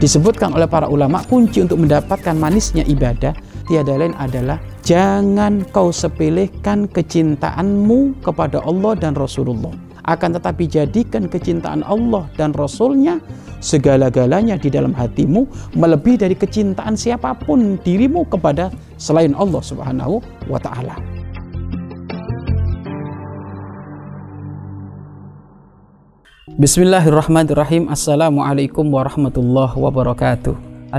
Disebutkan oleh para ulama, kunci untuk mendapatkan manisnya ibadah tiada lain adalah jangan kau sepelekan kecintaanmu kepada Allah dan Rasulullah. Akan tetapi jadikan kecintaan Allah dan Rasulnya segala-galanya di dalam hatimu, melebihi dari kecintaan siapapun dirimu kepada selain Allah Subhanahu wa ta'ala. Bismillahirrahmanirrahim. Assalamualaikum warahmatullahi wabarakatuh.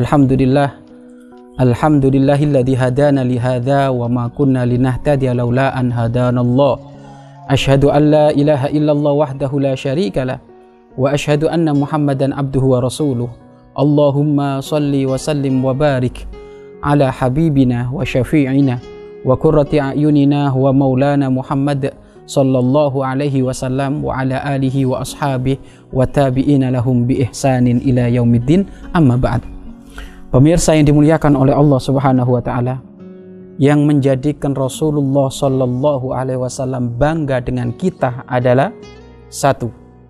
Alhamdulillahilladzi hadana li hadza wa ma kunna linahtadiya laula an hadanallah. Asyhadu an la ilaha illallah wahdahu la syarikalah wa asyhadu anna Muhammadan abduhu wa rasuluh. Allahumma salli wa sallim wa barik ala habibina wa syafi'ina wa qurrati a'yunina wa maulana Muhammad sallallahu alaihi wasallam wa ala alihi wa ashabihi wa tabi'ina lahum bi ihsanin ila yaumiddin, amma ba'd. Pemirsa yang dimuliakan oleh Allah Subhanahu wa taala, yang menjadikan Rasulullah sallallahu alaihi wasallam bangga dengan kita adalah satu,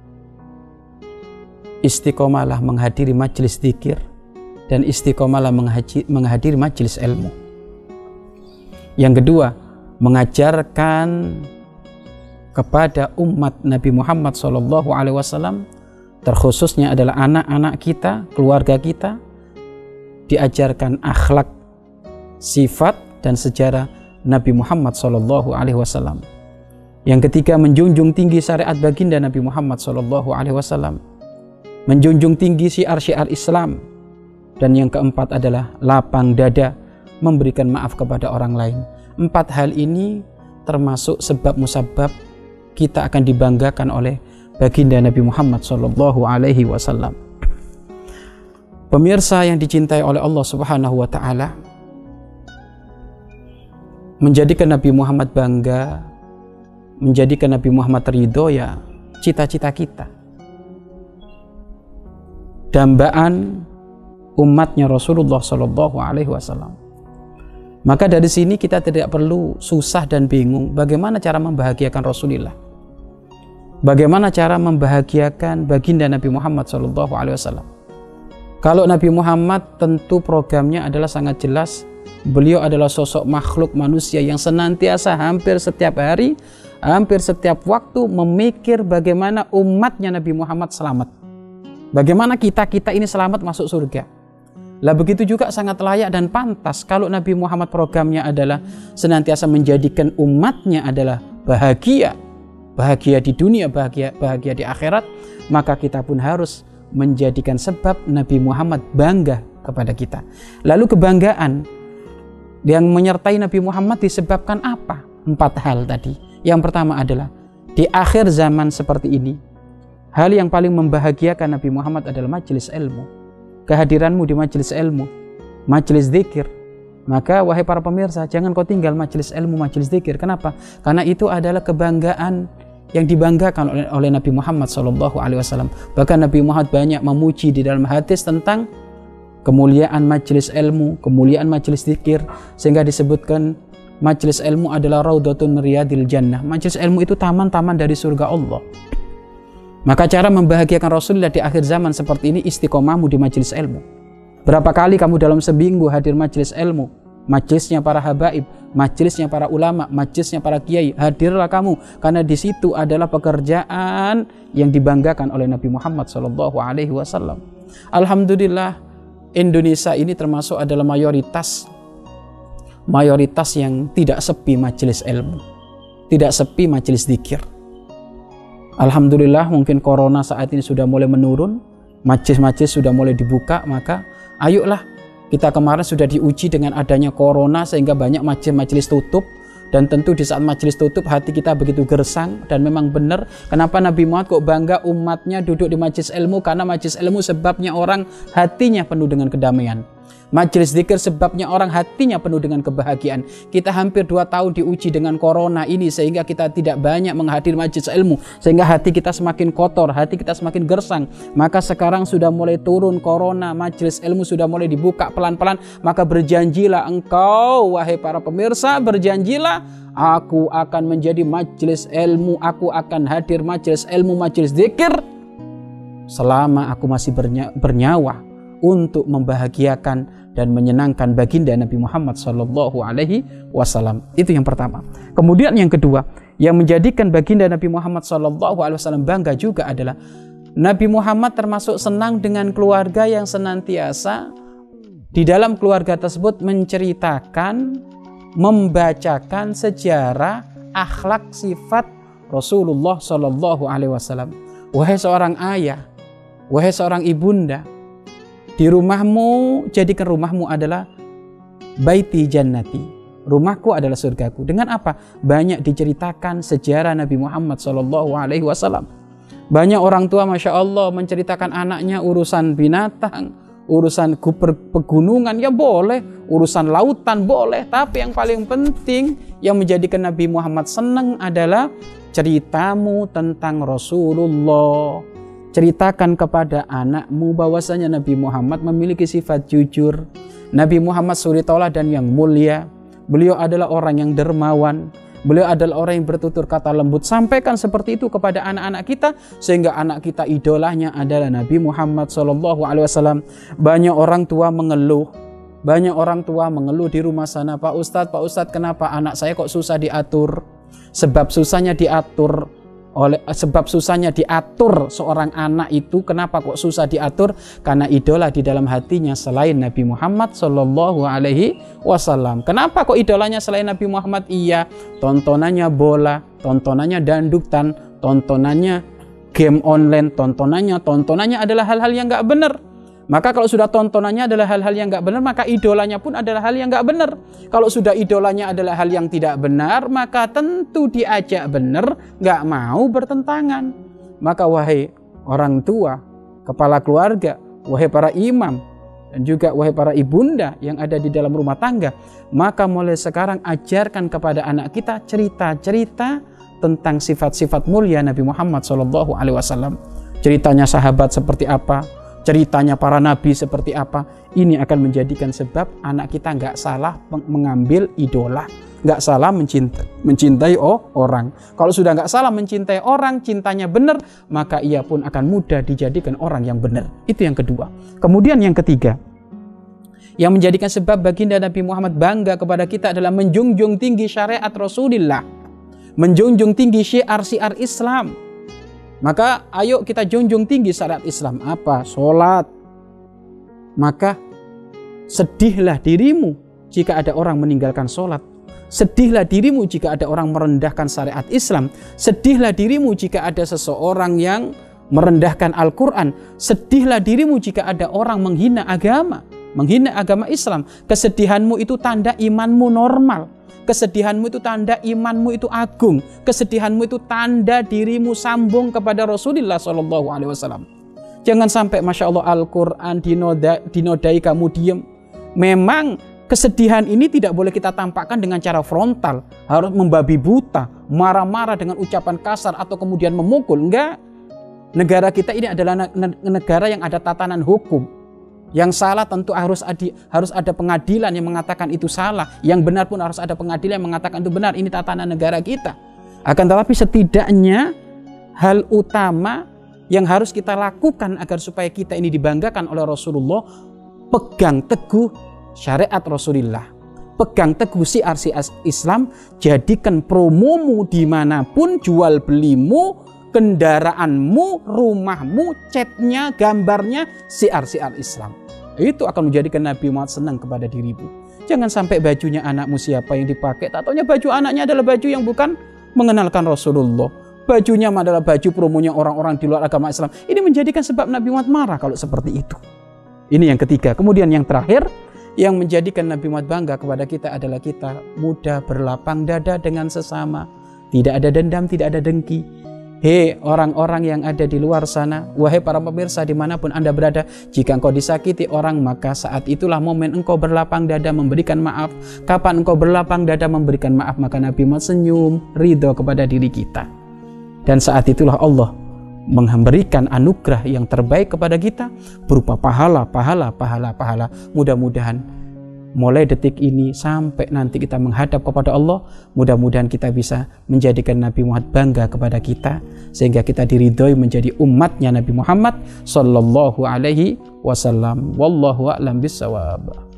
istiqomalah menghadiri majelis zikir dan istiqomalah menghadiri majelis ilmu. Yang kedua, mengajarkan kepada umat Nabi Muhammad SAW, terkhususnya adalah anak-anak kita, keluarga kita, diajarkan akhlak, sifat dan sejarah Nabi Muhammad SAW. Yang ketiga, menjunjung tinggi syariat baginda Nabi Muhammad SAW, menjunjung tinggi syiar-syiar Islam. Dan yang keempat adalah lapang dada, memberikan maaf kepada orang lain. 4 hal ini termasuk sebab musabab kita akan dibanggakan oleh baginda Nabi Muhammad SAW. Pemirsa yang dicintai oleh Allah Subhanahu wa ta'ala, menjadikan Nabi Muhammad bangga, menjadikan Nabi Muhammad ridho, ya cita-cita kita. Dambaan umatnya Rasulullah SAW. Maka dari sini kita tidak perlu susah dan bingung bagaimana cara membahagiakan Rasulullah, bagaimana cara membahagiakan baginda Nabi Muhammad SAW. Kalau Nabi Muhammad, tentu programnya adalah sangat jelas. Beliau adalah sosok makhluk manusia yang senantiasa hampir setiap hari, hampir setiap waktu memikir bagaimana umatnya Nabi Muhammad selamat, bagaimana kita ini selamat masuk surga. Lah begitu juga sangat layak dan pantas kalau Nabi Muhammad programnya adalah senantiasa menjadikan umatnya adalah bahagia di dunia, bahagia di akhirat, maka kita pun harus menjadikan sebab Nabi Muhammad bangga kepada kita. Lalu kebanggaan yang menyertai Nabi Muhammad disebabkan apa? 4 hal tadi. Yang pertama adalah di akhir zaman seperti ini, hal yang paling membahagiakan Nabi Muhammad adalah majelis ilmu. Kehadiranmu di majelis ilmu, majelis zikir. Maka wahai para pemirsa, jangan kau tinggal majelis ilmu, majelis zikir. Kenapa? Karena itu adalah kebanggaan yang dibanggakan oleh Nabi Muhammad SAW. Bahkan Nabi Muhammad banyak memuji di dalam hadis tentang kemuliaan majelis ilmu, kemuliaan majelis zikir, sehingga disebutkan majelis ilmu adalah raudhatun min riyadil jannah. Majelis ilmu itu taman-taman dari surga Allah. Maka cara membahagiakan Rasulullah di akhir zaman seperti ini, istiqomahmu di majelis ilmu. Berapa kali kamu dalam seminggu hadir majelis ilmu, majelisnya para habaib, majelisnya para ulama, majelisnya para kiai, hadirlah kamu, karena di situ adalah pekerjaan yang dibanggakan oleh Nabi Muhammad SAW. Alhamdulillah, Indonesia ini termasuk adalah mayoritas yang tidak sepi majelis ilmu, tidak sepi majelis zikir. Alhamdulillah, mungkin corona saat ini sudah mulai menurun, majelis-majelis sudah mulai dibuka, maka ayolah, kita kemarin sudah diuji dengan adanya corona sehingga banyak majelis tutup. Dan tentu di saat majelis tutup hati kita begitu gersang. Dan memang benar, kenapa Nabi Muhammad kok bangga umatnya duduk di majelis ilmu? Karena majelis ilmu sebabnya orang hatinya penuh dengan kedamaian. Majelis zikir sebabnya orang hatinya penuh dengan kebahagiaan. Kita hampir 2 tahun diuji dengan corona ini sehingga kita tidak banyak menghadiri majelis ilmu, sehingga hati kita semakin kotor, hati kita semakin gersang. Maka sekarang sudah mulai turun corona, majelis ilmu sudah mulai dibuka pelan-pelan. Maka berjanjilah engkau, wahai para pemirsa, berjanjilah, aku akan menjadi majelis ilmu, aku akan hadir majelis ilmu, majelis zikir selama aku masih bernyawa. untuk membahagiakan dan menyenangkan baginda Nabi Muhammad SAW. Itu yang pertama. Kemudian yang kedua, yang menjadikan baginda Nabi Muhammad SAW bangga juga adalah Nabi Muhammad termasuk senang dengan keluarga yang senantiasa di dalam keluarga tersebut menceritakan, membacakan sejarah, akhlak, sifat Rasulullah SAW. Wahai seorang ayah, wahai seorang ibunda, di rumahmu, jadikan rumahmu adalah baiti jannati, rumahku adalah surgaku. Dengan apa? Banyak diceritakan sejarah Nabi Muhammad SAW. Banyak orang tua Masya Allah menceritakan anaknya urusan binatang, urusan pegunungan, ya boleh, urusan lautan boleh, tapi yang paling penting yang menjadikan Nabi Muhammad senang adalah ceritamu tentang Rasulullah. Ceritakan kepada anakmu bahwasanya Nabi Muhammad memiliki sifat jujur. Nabi Muhammad suri tauladan yang mulia. Beliau adalah orang yang dermawan. Beliau adalah orang yang bertutur kata lembut. Sampaikan seperti itu kepada anak-anak kita, sehingga anak kita idolanya adalah Nabi Muhammad SAW. Banyak orang tua mengeluh. Banyak orang tua mengeluh di rumah sana, Pak Ustadz, kenapa anak saya kok susah diatur? Sebab susahnya diatur seorang anak itu, kenapa kok susah diatur? Karena idola di dalam hatinya selain Nabi Muhammad SAW. Kenapa kok idolanya selain Nabi Muhammad? Iya, tontonannya bola, tontonannya dangdutan, tontonannya game online, tontonannya adalah hal-hal yang gak benar. Maka kalau sudah tontonannya adalah hal-hal yang gak benar, maka idolanya pun adalah hal yang gak benar. Kalau sudah idolanya adalah hal yang tidak benar, maka tentu diajak benar, gak mau bertentangan. Maka wahai orang tua, kepala keluarga, wahai para imam, dan juga wahai para ibunda yang ada di dalam rumah tangga, maka mulai sekarang ajarkan kepada anak kita cerita-cerita tentang sifat-sifat mulia Nabi Muhammad SAW. Ceritanya sahabat seperti apa, ceritanya para nabi seperti apa. Ini akan menjadikan sebab anak kita nggak salah mengambil idola, nggak salah mencintai orang. Kalau sudah nggak salah mencintai orang, cintanya benar, maka ia pun akan mudah dijadikan orang yang benar. Itu yang kedua. Kemudian yang ketiga, yang menjadikan sebab baginda Nabi Muhammad bangga kepada kita adalah menjunjung tinggi syariat Rasulullah, menjunjung tinggi syiar-syiar Islam. Maka ayo kita junjung tinggi syariat Islam. Apa? Sholat. Maka sedihlah dirimu jika ada orang meninggalkan sholat. Sedihlah dirimu jika ada orang merendahkan syariat Islam. Sedihlah dirimu jika ada seseorang yang merendahkan Al-Quran. Sedihlah dirimu jika ada orang menghina agama Islam. Kesedihanmu itu tanda imanmu normal. Kesedihanmu itu tanda imanmu itu agung. Kesedihanmu itu tanda dirimu sambung kepada Rasulullah SAW. Jangan sampai Masya Allah Al-Quran dinodai kamu diem. Memang kesedihan ini tidak boleh kita tampakkan dengan cara frontal. Harus membabi buta, marah-marah dengan ucapan kasar atau kemudian memukul. Enggak. Negara kita ini adalah negara yang ada tatanan hukum. Yang salah tentu harus ada pengadilan yang mengatakan itu salah. Yang benar pun harus ada pengadilan yang mengatakan itu benar. Ini tatanan negara kita. Akan tetapi setidaknya hal utama yang harus kita lakukan agar supaya kita ini dibanggakan oleh Rasulullah, pegang teguh syariat Rasulullah, pegang teguh syiar-syiar Islam, jadikan promomu dimanapun, jual belimu, kendaraanmu, rumahmu, catnya, gambarnya, syiar-syiar Islam. Itu akan menjadikan Nabi Muhammad senang kepada dirimu. Jangan sampai bajunya anakmu siapa yang dipakai, tak taunya baju anaknya adalah baju yang bukan mengenalkan Rasulullah. Bajunya adalah baju promonya orang-orang di luar agama Islam. Ini menjadikan sebab Nabi Muhammad marah kalau seperti itu. Ini yang ketiga. Kemudian yang terakhir, yang menjadikan Nabi Muhammad bangga kepada kita adalah kita mudah berlapang dada dengan sesama. Tidak ada dendam, tidak ada dengki. Hei orang-orang yang ada di luar sana, wahai para pemirsa dimanapun Anda berada, jika engkau disakiti orang, maka saat itulah momen engkau berlapang dada memberikan maaf. Kapan engkau berlapang dada memberikan maaf, maka Nabi Muhammad senyum, ridho kepada diri kita. Dan saat itulah Allah memberikan anugerah yang terbaik kepada kita, berupa pahala. Mudah-mudahan mulai detik ini sampai nanti kita menghadap kepada Allah, mudah-mudahan kita bisa menjadikan Nabi Muhammad bangga kepada kita, sehingga kita diridhoi menjadi umatnya Nabi Muhammad Sallallahu Alaihi wasallam. Wallahu a'lam bissawab.